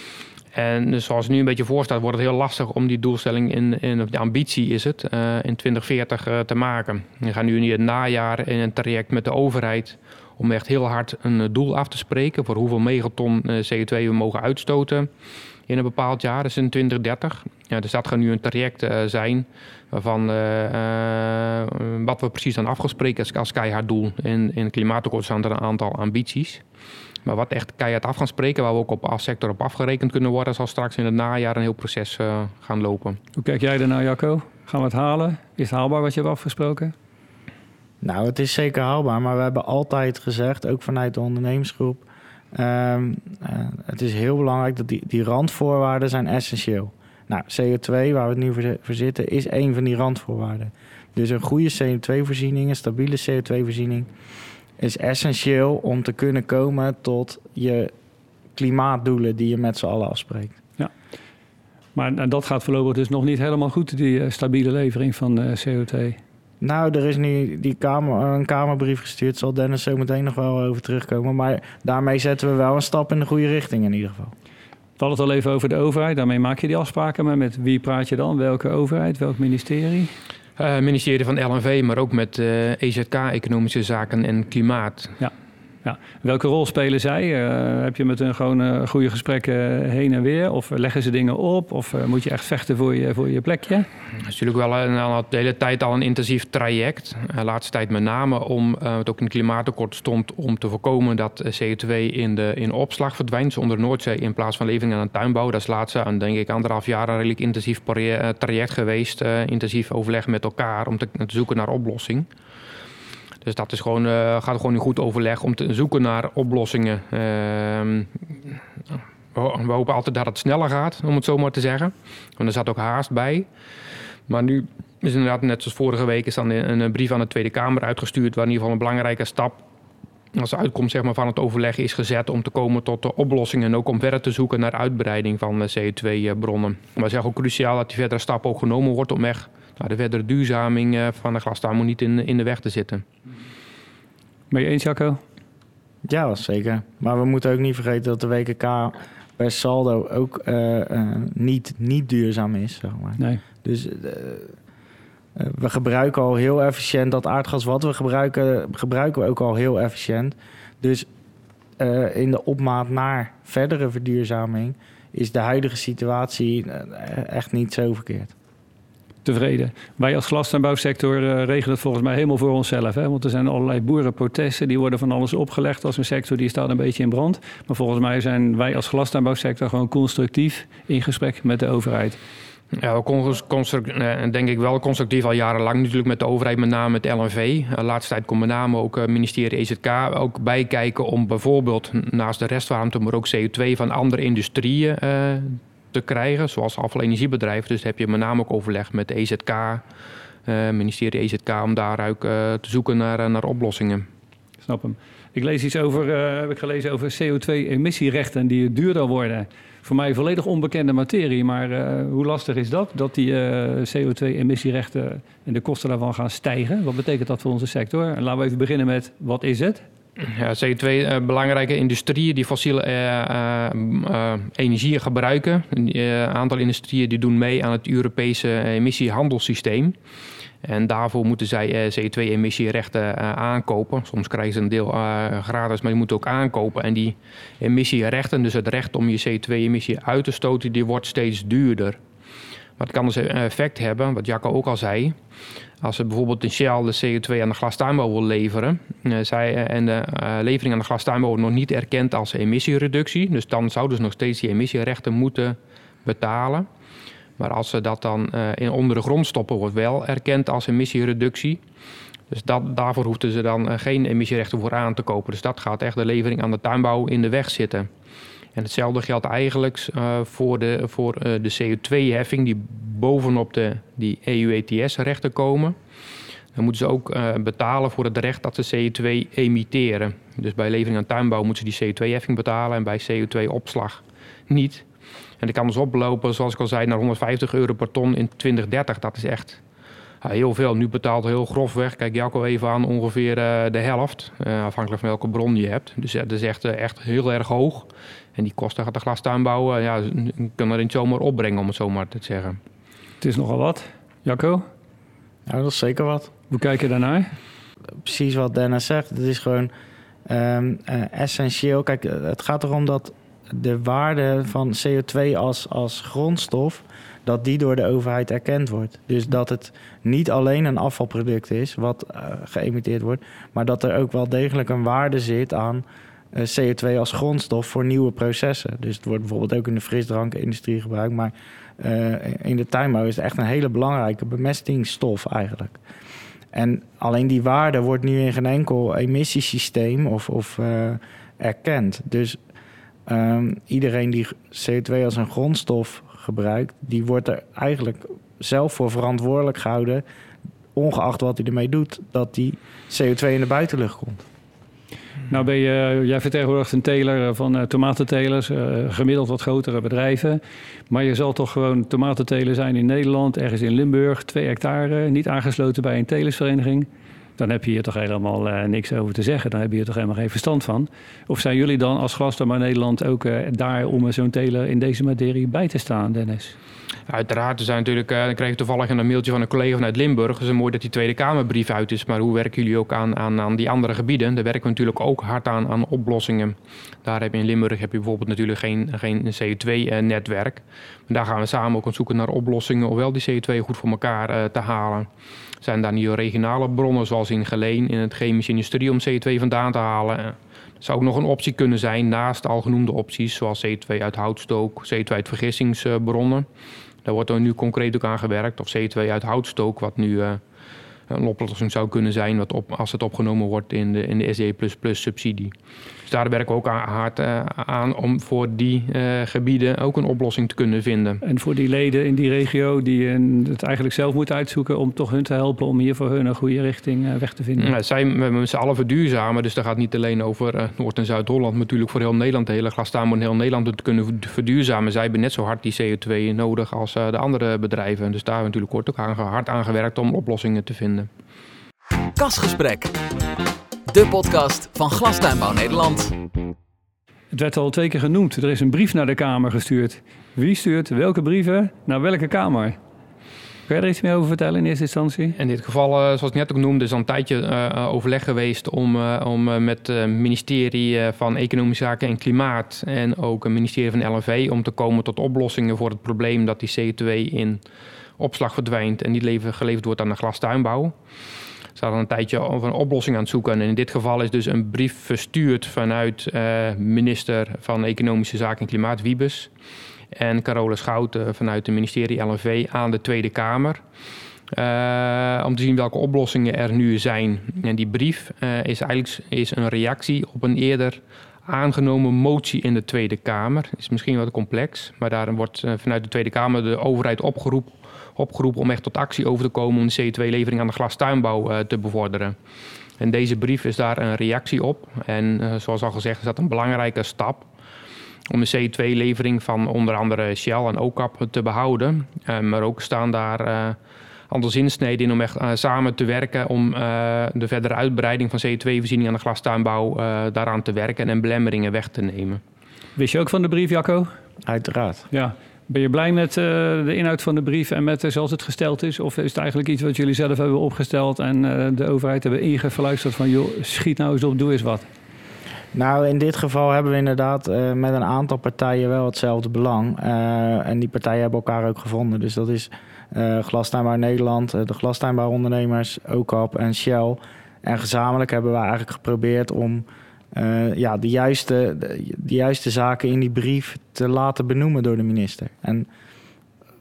En dus zoals het nu een beetje voor staat, wordt het heel lastig om die doelstelling in, in de ambitie is het, uh, in twintig veertig uh, te maken. We gaan nu in het najaar in een traject met de overheid om echt heel hard een doel af te spreken voor hoeveel megaton C O twee we mogen uitstoten in een bepaald jaar, dus in twintig dertig. Ja, dus dat gaat nu een traject uh, zijn waarvan uh, uh, wat we precies aan afgespreken als, als keihard doel. In, in het klimaatakkoord staan er een aantal ambities. Maar wat echt keihard af gaan spreken, waar we ook op als sector op afgerekend kunnen worden, zal straks in het najaar een heel proces uh, gaan lopen. Hoe kijk jij ernaar, Jacco? Gaan we het halen? Is het haalbaar wat je hebt afgesproken? Nou, het is zeker haalbaar, maar we hebben altijd gezegd, ook vanuit de ondernemersgroep, uh, uh, het is heel belangrijk dat die, die randvoorwaarden zijn essentieel. Nou, C O twee, waar we het nu voor, voor zitten, is één van die randvoorwaarden. Dus een goede C O twee voorziening, een stabiele C O twee voorziening, is essentieel om te kunnen komen tot je klimaatdoelen die je met z'n allen afspreekt. Ja, maar dat gaat voorlopig dus nog niet helemaal goed, die uh, stabiele levering van uh, C O twee. Nou, er is nu die kamer, een Kamerbrief gestuurd. Zal Dennis zo meteen nog wel over terugkomen. Maar daarmee zetten we wel een stap in de goede richting in ieder geval. We hadden het al even over de overheid. Daarmee maak je die afspraken. Maar met wie praat je dan? Welke overheid? Welk ministerie? Uh, ministerie van L N V, maar ook met uh, E Z K, Economische Zaken en Klimaat. Ja. Ja. Welke rol spelen zij? Uh, heb je met hun gewoon uh, goede gesprekken heen en weer? Of leggen ze dingen op? Of uh, moet je echt vechten voor je, voor je plekje? Dat is natuurlijk wel een, al de hele tijd al een intensief traject. De uh, laatste tijd met name om, uh, wat ook in het klimaatakkoord stond, om te voorkomen dat C O twee in de in opslag verdwijnt onder de Noordzee in plaats van levering aan een tuinbouw. Dat is laatste, aan, denk ik, anderhalf jaar een redelijk intensief traject geweest. Uh, intensief overleg met elkaar om te, te zoeken naar oplossing. Dus dat is gewoon, uh, gaat gewoon een goed overleg om te zoeken naar oplossingen. Uh, we hopen altijd dat het sneller gaat, om het zo maar te zeggen. Want er zat ook haast bij. Maar nu is inderdaad, net zoals vorige week, is dan een, een brief aan de Tweede Kamer uitgestuurd, waar in ieder geval een belangrijke stap als uitkomst, zeg maar, van het overleg is gezet om te komen tot de oplossingen en ook om verder te zoeken naar uitbreiding van C O twee bronnen. Maar het is ook cruciaal dat die verdere stap ook genomen wordt om echt nou, de verdere duurzaming van de glastuinbouw niet in, in de weg te zitten. Ben je eens, Jacco? Ja, zeker. Maar we moeten ook niet vergeten dat de W K K per saldo ook uh, uh, niet, niet duurzaam is, zeg maar. Nee. Dus uh, uh, we gebruiken al heel efficiënt dat aardgas wat we gebruiken, gebruiken we ook al heel efficiënt. Dus uh, in de opmaat naar verdere verduurzaming is de huidige situatie uh, echt niet zo verkeerd. Tevreden. Wij als glastuinbouwsector uh, regelen het volgens mij helemaal voor onszelf. Hè? Want er zijn allerlei boerenprotesten, die worden van alles opgelegd als een sector die staat een beetje in brand. Maar volgens mij zijn wij als glastuinbouwsector gewoon constructief in gesprek met de overheid. Ja, we denk ik wel constructief al jarenlang natuurlijk met de overheid, met name met L N V. De laatste tijd komt met name ook het ministerie E Z K ook bijkijken om bijvoorbeeld naast de restwarmte, maar ook C O twee van andere industrieën uh, te krijgen, zoals afvalenergiebedrijven. Dus heb je met name ook overleg met de E Z K, uh, ministerie E Z K, om daar ook uh, te zoeken naar, uh, naar oplossingen. Snap hem. Ik lees iets over, uh, heb ik gelezen over C O twee emissierechten die duurder worden. Voor mij volledig onbekende materie, maar uh, hoe lastig is dat? Dat die uh, C O twee emissierechten en de kosten daarvan gaan stijgen. Wat betekent dat voor onze sector? En laten we even beginnen met, wat is het? Ja, C O twee, uh, belangrijke industrieën die fossiele uh, uh, uh, energieën gebruiken. Een uh, aantal industrieën die doen mee aan het Europese emissiehandelssysteem. En daarvoor moeten zij uh, C O twee emissierechten uh, aankopen. Soms krijgen ze een deel uh, gratis, maar je moet ook aankopen. En die emissierechten, dus het recht om je C O twee emissie uit te stoten, die wordt steeds duurder. Maar het kan dus een effect hebben, wat Jacco ook al zei. Als ze bijvoorbeeld in Shell de C O twee aan de glastuinbouw wil leveren, uh, zij, uh, en de uh, levering aan de glastuinbouw wordt nog niet erkend als emissiereductie. Dus dan zouden ze nog steeds die emissierechten moeten betalen. Maar als ze dat dan uh, in onder de grond stoppen, wordt wel erkend als emissiereductie. Dus dat, daarvoor hoefden ze dan uh, geen emissierechten voor aan te kopen. Dus dat gaat echt de levering aan de tuinbouw in de weg zitten. En hetzelfde geldt eigenlijk uh, voor de, voor, uh, de C O twee heffing die bovenop de, die E U E T S-rechten komen. Dan moeten ze ook uh, betalen voor het recht dat ze C O twee emitteren. Dus bij levering aan tuinbouw moeten ze die C O twee heffing betalen en bij C O twee opslag niet. En dat kan dus oplopen, zoals ik al zei, naar honderdvijftig euro per ton in twintig dertig. Dat is echt uh, heel veel. Nu betaalt heel grofweg, kijk Jacco even aan, ongeveer uh, de helft. Uh, afhankelijk van welke bron je hebt. Dus uh, dat is echt, uh, echt heel erg hoog. En die kosten gaat de glastuinbouw, uh, ja, je kan er in het zomer opbrengen, om het zo maar te zeggen. Het is nogal wat. Jacco? Ja, dat is zeker wat. Hoe kijk je daarnaar? Precies wat Dennis zegt. Het is gewoon um, uh, essentieel. Kijk, het gaat erom dat de waarde van C O twee als, als grondstof, dat die door de overheid erkend wordt. Dus dat het niet alleen een afvalproduct is wat uh, geëmiteerd wordt, maar dat er ook wel degelijk een waarde zit aan uh, C O twee als grondstof voor nieuwe processen. Dus het wordt bijvoorbeeld ook in de frisdrankindustrie gebruikt, maar uh, in de tuinbouw is het echt een hele belangrijke bemestingsstof eigenlijk. En alleen die waarde wordt nu in geen enkel emissiesysteem of, of uh, erkend. Dus um, iedereen die C O twee als een grondstof gebruikt, die wordt er eigenlijk zelf voor verantwoordelijk gehouden, ongeacht wat hij ermee doet, dat die C O twee in de buitenlucht komt. Nou ben je, jij vertegenwoordigt een teler van uh, tomatentelers, uh, gemiddeld wat grotere bedrijven. Maar je zal toch gewoon tomatenteler zijn in Nederland, ergens in Limburg, twee hectare, niet aangesloten bij een telersvereniging. Dan heb je hier toch helemaal uh, niks over te zeggen. Dan heb je hier toch helemaal geen verstand van. Of zijn jullie dan als Glastuinbouw Nederland ook uh, daar om zo'n teler in deze materie bij te staan, Dennis? Uiteraard, er zijn natuurlijk, uh, dan kreeg ik toevallig een mailtje van een collega vanuit Limburg. Het is mooi dat die Tweede Kamerbrief uit is. Maar hoe werken jullie ook aan, aan, aan die andere gebieden? Daar werken we natuurlijk ook hard aan, aan oplossingen. Daar heb je in Limburg heb je bijvoorbeeld natuurlijk geen, geen C O twee netwerk. Maar daar gaan we samen ook aan zoeken naar oplossingen om wel die C O twee goed voor elkaar uh, te halen. Zijn daar nieuwe regionale bronnen, zoals in Geleen, in het chemische industrie, om C O twee vandaan te halen? Dat zou ook nog een optie kunnen zijn, naast al genoemde opties, zoals C O twee uit houtstook, C O twee uit vergissingsbronnen. Daar wordt er nu concreet ook aan gewerkt. Of C O twee uit houtstook, wat nu uh, een oplossing zou kunnen zijn, wat op, als het opgenomen wordt in de, in de S D E plus plus subsidie. Dus daar werken we ook aan, hard uh, aan om voor die uh, gebieden ook een oplossing te kunnen vinden. En voor die leden in die regio die het eigenlijk zelf moeten uitzoeken om toch hun te helpen om hier voor hun een goede richting uh, weg te vinden? Ja, zij met z'n allen verduurzamen, dus dat gaat niet alleen over uh, Noord- en Zuid-Holland, maar natuurlijk voor heel Nederland, de hele glastuinbouw in heel Nederland te kunnen verduurzamen. Zij hebben net zo hard die C O twee nodig als uh, de andere bedrijven. Dus daar hebben we natuurlijk ook hard aan gewerkt om oplossingen te vinden. Kasgesprek. De podcast van Glastuinbouw Nederland. Het werd al twee keer genoemd. Er is een brief naar de Kamer gestuurd. Wie stuurt welke brieven naar welke Kamer? Kun je er iets meer over vertellen in eerste instantie? In dit geval, uh, zoals ik net ook noemde, is al een tijdje uh, overleg geweest om, uh, om uh, met het uh, ministerie uh, van Economische Zaken en Klimaat en ook het ministerie van L N V om te komen tot oplossingen voor het probleem dat die C O twee in opslag verdwijnt en niet leven, geleverd wordt aan de glastuinbouw. Ze hadden een tijdje over een oplossing aan het zoeken. En in dit geval is dus een brief verstuurd vanuit uh, minister van Economische Zaken en Klimaat, Wiebes, en Carole Schouten vanuit het ministerie L N V aan de Tweede Kamer. Uh, om te zien welke oplossingen er nu zijn. En die brief uh, is eigenlijk is een reactie op een eerder aangenomen motie in de Tweede Kamer. Het is misschien wat complex, maar daarin wordt uh, vanuit de Tweede Kamer de overheid opgeroepen, opgeroepen om echt tot actie over te komen om de C O twee levering aan de glastuinbouw uh, te bevorderen. En deze brief is daar een reactie op. En uh, zoals al gezegd is dat een belangrijke stap om de C O twee levering van onder andere Shell en O C A P te behouden. Uh, maar ook staan daar uh, aantal zinsneden in om echt uh, samen te werken om uh, de verdere uitbreiding van C O twee voorziening aan de glastuinbouw uh, daaraan te werken en belemmeringen weg te nemen. Wist je ook van de brief, Jacco? Uiteraard. Ja. Ben je blij met uh, de inhoud van de brief en met uh, zoals het gesteld is? Of is het eigenlijk iets wat jullie zelf hebben opgesteld en uh, de overheid hebben ingefluisterd van joh, schiet nou eens op, doe eens wat? Nou, in dit geval hebben we inderdaad uh, met een aantal partijen wel hetzelfde belang. Uh, en die partijen hebben elkaar ook gevonden. Dus dat is uh, Glastuinbouw Nederland, uh, de glastuinbouwondernemers, O C A P en Shell. En gezamenlijk hebben we eigenlijk geprobeerd om uh, ja, de, juiste, de, de juiste zaken in die brief te laten benoemen door de minister. En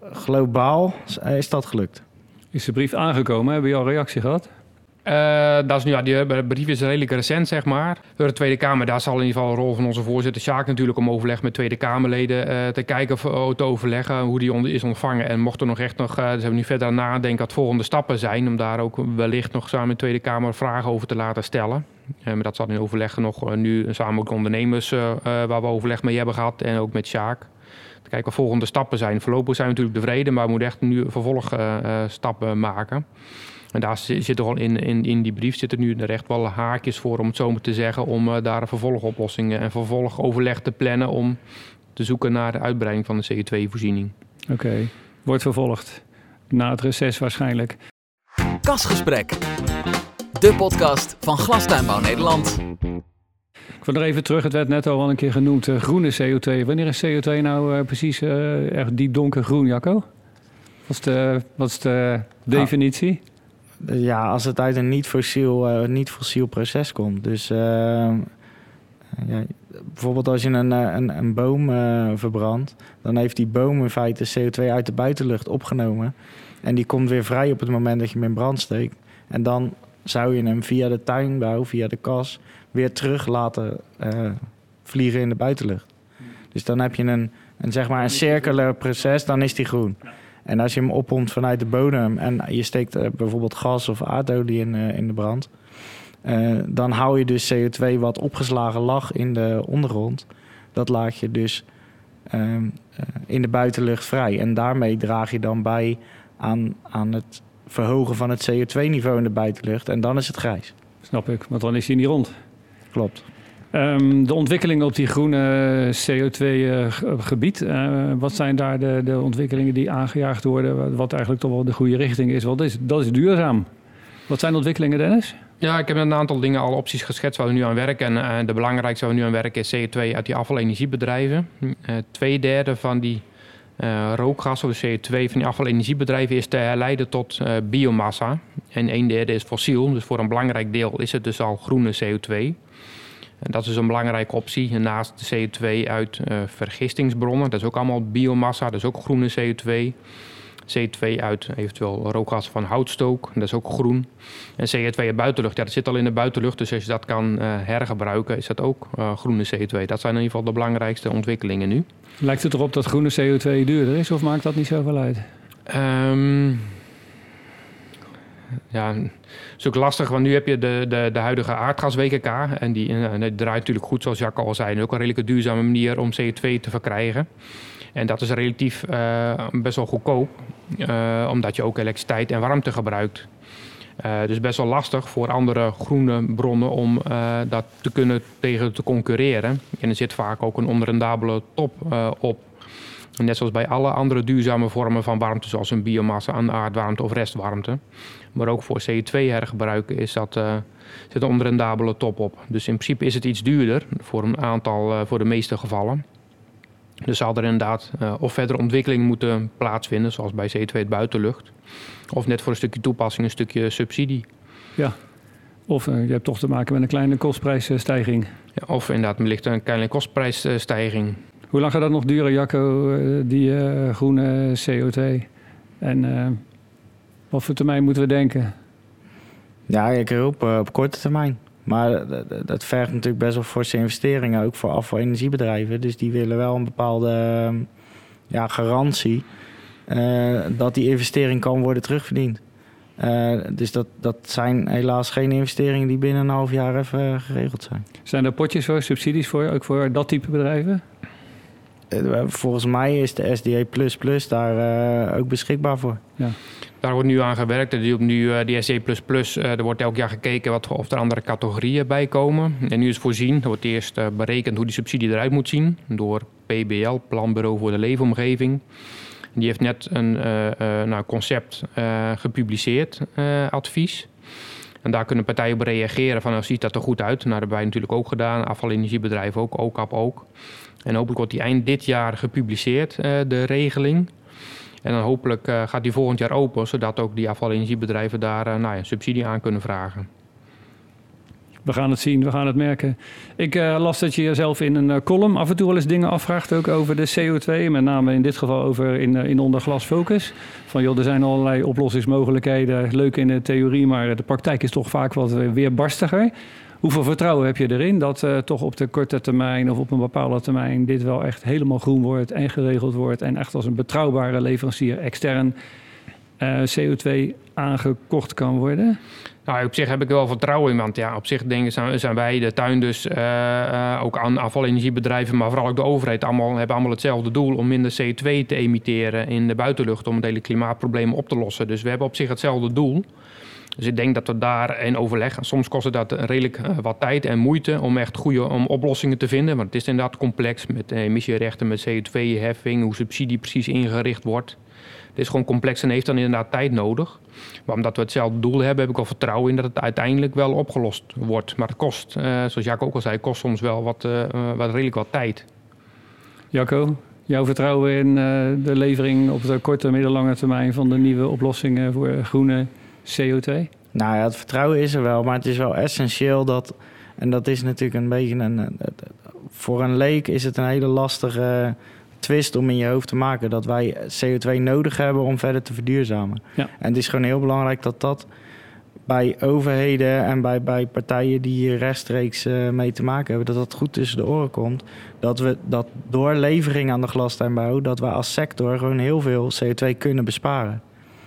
globaal is dat gelukt. Is de brief aangekomen? Hebben jullie al reactie gehad? Uh, dat is nu, ja, die brief is redelijk recent, zeg maar. Door de Tweede Kamer, daar zal in ieder geval een rol van onze voorzitter Sjaak natuurlijk om overleg met Tweede Kamerleden uh, te kijken of uh, te overleggen hoe die onder, is ontvangen. En mocht er nog echt nog, uh, dus hebben we nu verder aan nadenken wat volgende stappen zijn, om daar ook wellicht nog samen met de Tweede Kamer vragen over te laten stellen. Uh, maar dat zal in overleg nog uh, nu samen ook ondernemers uh, uh, waar we overleg mee hebben gehad en ook met Sjaak. Te kijken wat volgende stappen zijn. Voorlopig zijn we natuurlijk tevreden, maar we moeten echt nu vervolgstappen uh, uh, maken. En daar zit toch al in, in, in die brief zitten nu er echt wel haakjes voor, om het zo maar te zeggen, om uh, daar vervolgoplossingen en vervolgoverleg te plannen om te zoeken naar de uitbreiding van de C O twee voorziening. Oké, okay. Wordt vervolgd. Na het reces waarschijnlijk. Kasgesprek. De podcast van Glastuinbouw Nederland. Ik wil nog even terug, het werd net al wel een keer genoemd, uh, groene C O twee. Wanneer is C O twee nou uh, precies uh, echt diep donkergroen, Jacco? Wat is de, wat is de definitie? Ah. Ja, als het uit een niet-fossiel, uh, niet-fossiel proces komt. Dus uh, ja, bijvoorbeeld als je een, een, een boom uh, verbrandt, dan heeft die boom in feite C O twee uit de buitenlucht opgenomen. En die komt weer vrij op het moment dat je hem in brand steekt. En dan zou je hem via de tuinbouw, via de kas, weer terug laten uh, vliegen in de buitenlucht. Dus dan heb je een, een, zeg maar een circulair proces, dan is die groen. En als je hem oppompt vanuit de bodem en je steekt uh, bijvoorbeeld gas of aardolie in, uh, in de brand, uh, dan hou je dus C O twee wat opgeslagen lag in de ondergrond. Dat laat je dus uh, uh, in de buitenlucht vrij. En daarmee draag je dan bij aan, aan het verhogen van het C O twee niveau in de buitenlucht. En dan is het grijs. Snap ik, want dan is hij niet rond. Klopt. Um, de ontwikkelingen op die groene C O twee gebied, uh, wat zijn daar de, de ontwikkelingen die aangejaagd worden, wat eigenlijk toch wel de goede richting is? Want dat is, dat is duurzaam. Wat zijn de ontwikkelingen, Dennis? Ja, ik heb een aantal dingen, al opties geschetst waar we nu aan werken. En uh, de belangrijkste waar we nu aan werken is C O twee uit die afvalenergiebedrijven. Uh, twee derde van die uh, rookgassen, of de C O twee van die afvalenergiebedrijven, is te herleiden tot uh, biomassa. En een derde is fossiel, dus voor een belangrijk deel is het dus al groene C O twee. En dat is een belangrijke optie. Naast de C O twee uit uh, vergistingsbronnen, dat is ook allemaal biomassa, dat is ook groene C O twee. C O twee uit eventueel rookgassen van houtstook, dat is ook groen. En C O twee uit buitenlucht, ja, dat zit al in de buitenlucht, dus als je dat kan uh, hergebruiken, is dat ook uh, groene C O twee. Dat zijn in ieder geval de belangrijkste ontwikkelingen nu. Lijkt het erop dat groene C O twee duurder is, of maakt dat niet zoveel uit? Um, Ja, het is ook lastig, want nu heb je de, de, de huidige aardgas-W K K. En die, en die draait natuurlijk goed, zoals Jacques al zei. En ook een redelijke duurzame manier om C O twee te verkrijgen. En dat is relatief uh, best wel goedkoop. Uh, omdat je ook elektriciteit en warmte gebruikt. Uh, dus best wel lastig voor andere groene bronnen om uh, dat te kunnen tegen te concurreren. En er zit vaak ook een onrendabele top uh, op. Net zoals bij alle andere duurzame vormen van warmte, zoals een biomassa, aan aardwarmte of restwarmte. Maar ook voor C O twee hergebruik is dat, uh, zit een onrendabele top op. Dus in principe is het iets duurder voor een aantal, uh, voor de meeste gevallen. Dus zal er inderdaad uh, of verder ontwikkeling moeten plaatsvinden, zoals bij C O twee uit buitenlucht. Of net voor een stukje toepassing een stukje subsidie. Ja, of uh, je hebt toch te maken met een kleine kostprijsstijging. Ja, of inderdaad wellicht een kleine kostprijsstijging. Hoe lang gaat dat nog duren, Jacco, die uh, groene C O twee? En uh, wat voor termijn moeten we denken? Ja, ik hoop uh, op korte termijn. Maar dat, dat vergt natuurlijk best wel forse investeringen, ook voor afvalenergiebedrijven. Dus die willen wel een bepaalde uh, ja, garantie uh, dat die investering kan worden terugverdiend. Uh, dus dat, dat zijn helaas geen investeringen die binnen een half jaar even uh, geregeld zijn. Zijn er potjes voor, subsidies voor, ook voor dat type bedrijven? Volgens mij is de S D A plus plus daar uh, ook beschikbaar voor. Ja. Daar wordt nu aan gewerkt. Die, nu, uh, die S D A plus plus, uh, er wordt elk jaar gekeken wat, of er andere categorieën bij komen. En nu is voorzien, er wordt eerst uh, berekend hoe die subsidie eruit moet zien door P B L, Planbureau voor de Leefomgeving. Die heeft net een uh, uh, nou, concept uh, gepubliceerd, uh, advies. En daar kunnen partijen op reageren van, nou, ziet dat er goed uit? Nou, dat hebben wij natuurlijk ook gedaan, afvalenergiebedrijven ook, O C A P ook. En hopelijk wordt die eind dit jaar gepubliceerd, uh, de regeling. En dan hopelijk uh, gaat die volgend jaar open, zodat ook die afvalenergiebedrijven daar uh, nou ja, subsidie aan kunnen vragen. We gaan het zien, we gaan het merken. Ik uh, las dat je jezelf in een uh, column af en toe wel eens dingen afvraagt, ook over de C O twee. Met name in dit geval over in, uh, in Onder Glas Focus. Van joh, er zijn allerlei oplossingsmogelijkheden, leuk in de theorie, maar de praktijk is toch vaak wat weerbarstiger. Hoeveel vertrouwen heb je erin dat uh, toch op de korte termijn of op een bepaalde termijn dit wel echt helemaal groen wordt en geregeld wordt en echt als een betrouwbare leverancier extern uh, C O twee aangekocht kan worden? Nou, op zich heb ik wel vertrouwen in, want ja, op zich denk ik, zijn, zijn wij, de tuin dus, uh, uh, ook aan afvalenergiebedrijven, maar vooral ook de overheid, allemaal, hebben allemaal hetzelfde doel om minder C O twee te emitteren in de buitenlucht om het hele klimaatprobleem op te lossen. Dus we hebben op zich hetzelfde doel. Dus ik denk dat we daar in overleg, soms kost het dat redelijk uh, wat tijd en moeite om echt goede om oplossingen te vinden. Want het is inderdaad complex met uh, emissierechten, met C O twee-heffing, hoe subsidie precies ingericht wordt. Het is gewoon complex en heeft dan inderdaad tijd nodig. Maar omdat we hetzelfde doel hebben, heb ik al vertrouwen in dat het uiteindelijk wel opgelost wordt. Maar het kost, uh, zoals Jacco ook al zei, kost soms wel wat, uh, wat redelijk wat tijd. Jacco, jouw vertrouwen in uh, de levering op de korte en middellange termijn van de nieuwe oplossingen voor groene C O twee? Nou ja, het vertrouwen is er wel, maar het is wel essentieel dat, en dat is natuurlijk een beetje een, voor een leek is het een hele lastige twist om in je hoofd te maken dat wij C O twee nodig hebben om verder te verduurzamen. Ja. En het is gewoon heel belangrijk dat dat bij overheden en bij, bij partijen die hier rechtstreeks uh, mee te maken hebben, dat dat goed tussen de oren komt. Dat we dat door levering aan de glastuinbouw, dat we als sector gewoon heel veel C O twee kunnen besparen.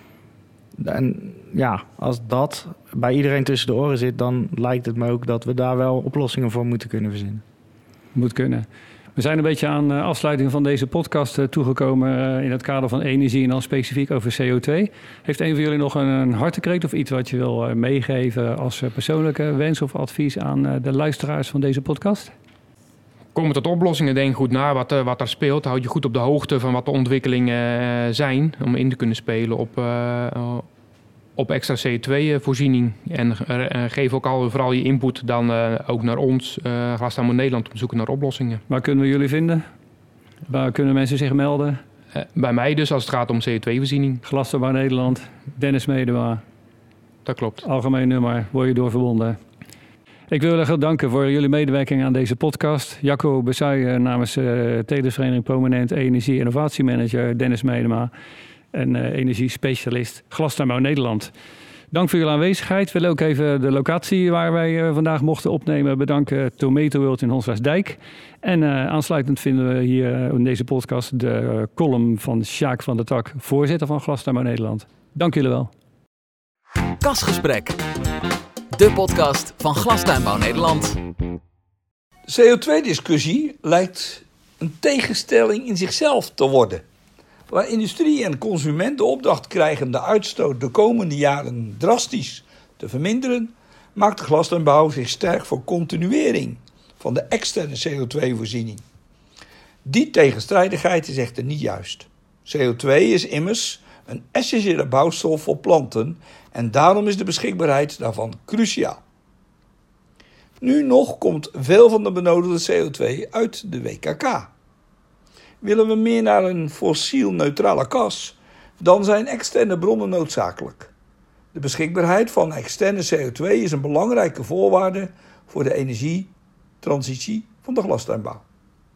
En ja, als dat bij iedereen tussen de oren zit, dan lijkt het me ook dat we daar wel oplossingen voor moeten kunnen verzinnen. Moet kunnen. We zijn een beetje aan de afsluiting van deze podcast uh, toegekomen uh, in het kader van energie en dan specifiek over C O twee. Heeft een van jullie nog een, een hartekreet of iets wat je wil uh, meegeven als uh, persoonlijke wens of advies aan uh, de luisteraars van deze podcast? Komen tot oplossingen, denk goed na wat, uh, wat er speelt. Houd je goed op de hoogte van wat de ontwikkelingen uh, zijn om in te kunnen spelen op, uh, op extra C O twee-voorziening. En uh, geef ook al vooral je input dan uh, ook naar ons, uh, Glastuinbouw Nederland, om te zoeken naar oplossingen. Waar kunnen we jullie vinden? Waar kunnen mensen zich melden? Uh, bij mij dus, als het gaat om C O twee-voorziening. Glastuinbouw Nederland, Dennis Medema. Dat klopt. Algemeen nummer, word je doorverbonden. Ik wil jullie heel danken voor jullie medewerking aan deze podcast. Jacco Bezuij namens uh, Televereniging Prominent Energie Innovatiemanager Dennis Medema en uh, energiespecialist Glastuinbouw Nederland. Dank voor jullie aanwezigheid. Ik wil ook even de locatie waar wij uh, vandaag mochten opnemen bedanken. Tomato World in Honslasdijk. En uh, aansluitend vinden we hier uh, in deze podcast de uh, column van Sjaak van der Tak, voorzitter van Glastuinbouw Nederland. Dank jullie wel. Kasgesprek. De podcast van Glastuinbouw Nederland. De C O twee-discussie lijkt een tegenstelling in zichzelf te worden. Waar industrie en consument de opdracht krijgen de uitstoot de komende jaren drastisch te verminderen, maakt de glastuinbouw zich sterk voor continuering van de externe C O twee-voorziening. Die tegenstrijdigheid is echter niet juist. C O twee is immers een essentiële bouwstof voor planten en daarom is de beschikbaarheid daarvan cruciaal. Nu nog komt veel van de benodigde C O twee uit de W K K. Willen we meer naar een fossiel-neutrale kas, dan zijn externe bronnen noodzakelijk. De beschikbaarheid van externe C O twee is een belangrijke voorwaarde voor de energietransitie van de glastuinbouw.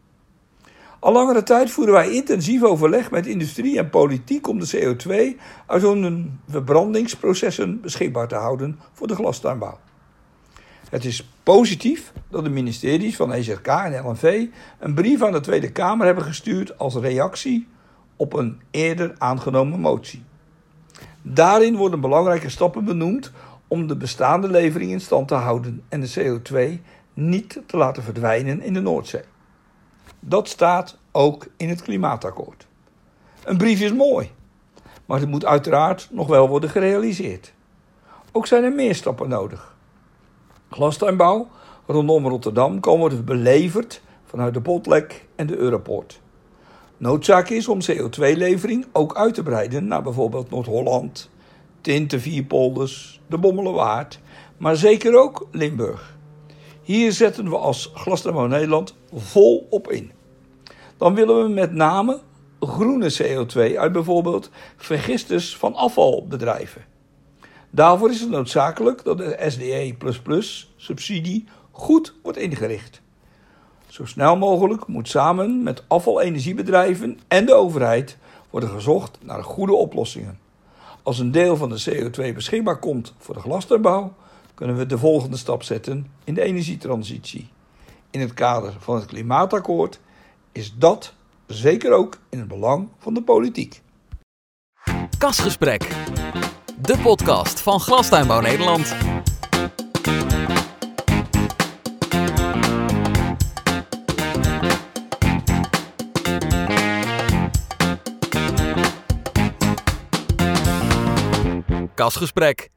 Al langere tijd voeren wij intensief overleg met industrie en politiek om de C O twee uit hun verbrandingsprocessen beschikbaar te houden voor de glastuinbouw. Het is positief dat de ministeries van E Z K en L N V een brief aan de Tweede Kamer hebben gestuurd als reactie op een eerder aangenomen motie. Daarin worden belangrijke stappen benoemd om de bestaande levering in stand te houden en de C O twee niet te laten verdwijnen in de Noordzee. Dat staat ook in het klimaatakkoord. Een brief is mooi, maar het moet uiteraard nog wel worden gerealiseerd. Ook zijn er meer stappen nodig. Glastuinbouw rondom Rotterdam kan worden beleverd vanuit de Botlek en de Europoort. Noodzaak is om C O twee-levering ook uit te breiden naar bijvoorbeeld Noord-Holland, Tinte Vierpolders, de Bommelerwaard, maar zeker ook Limburg. Hier zetten we als Glastuinbouw Nederland vol op in. Dan willen we met name groene C O twee uit bijvoorbeeld vergisters van afvalbedrijven. Daarvoor is het noodzakelijk dat de S D E plus plus subsidie goed wordt ingericht. Zo snel mogelijk moet samen met afvalenergiebedrijven en de overheid worden gezocht naar goede oplossingen. Als een deel van de C O twee beschikbaar komt voor de glastuinbouw, kunnen we de volgende stap zetten in de energietransitie. In het kader van het klimaatakkoord is dat zeker ook in het belang van de politiek. Kasgesprek, de podcast van Glastuinbouw Nederland. Kasgesprek.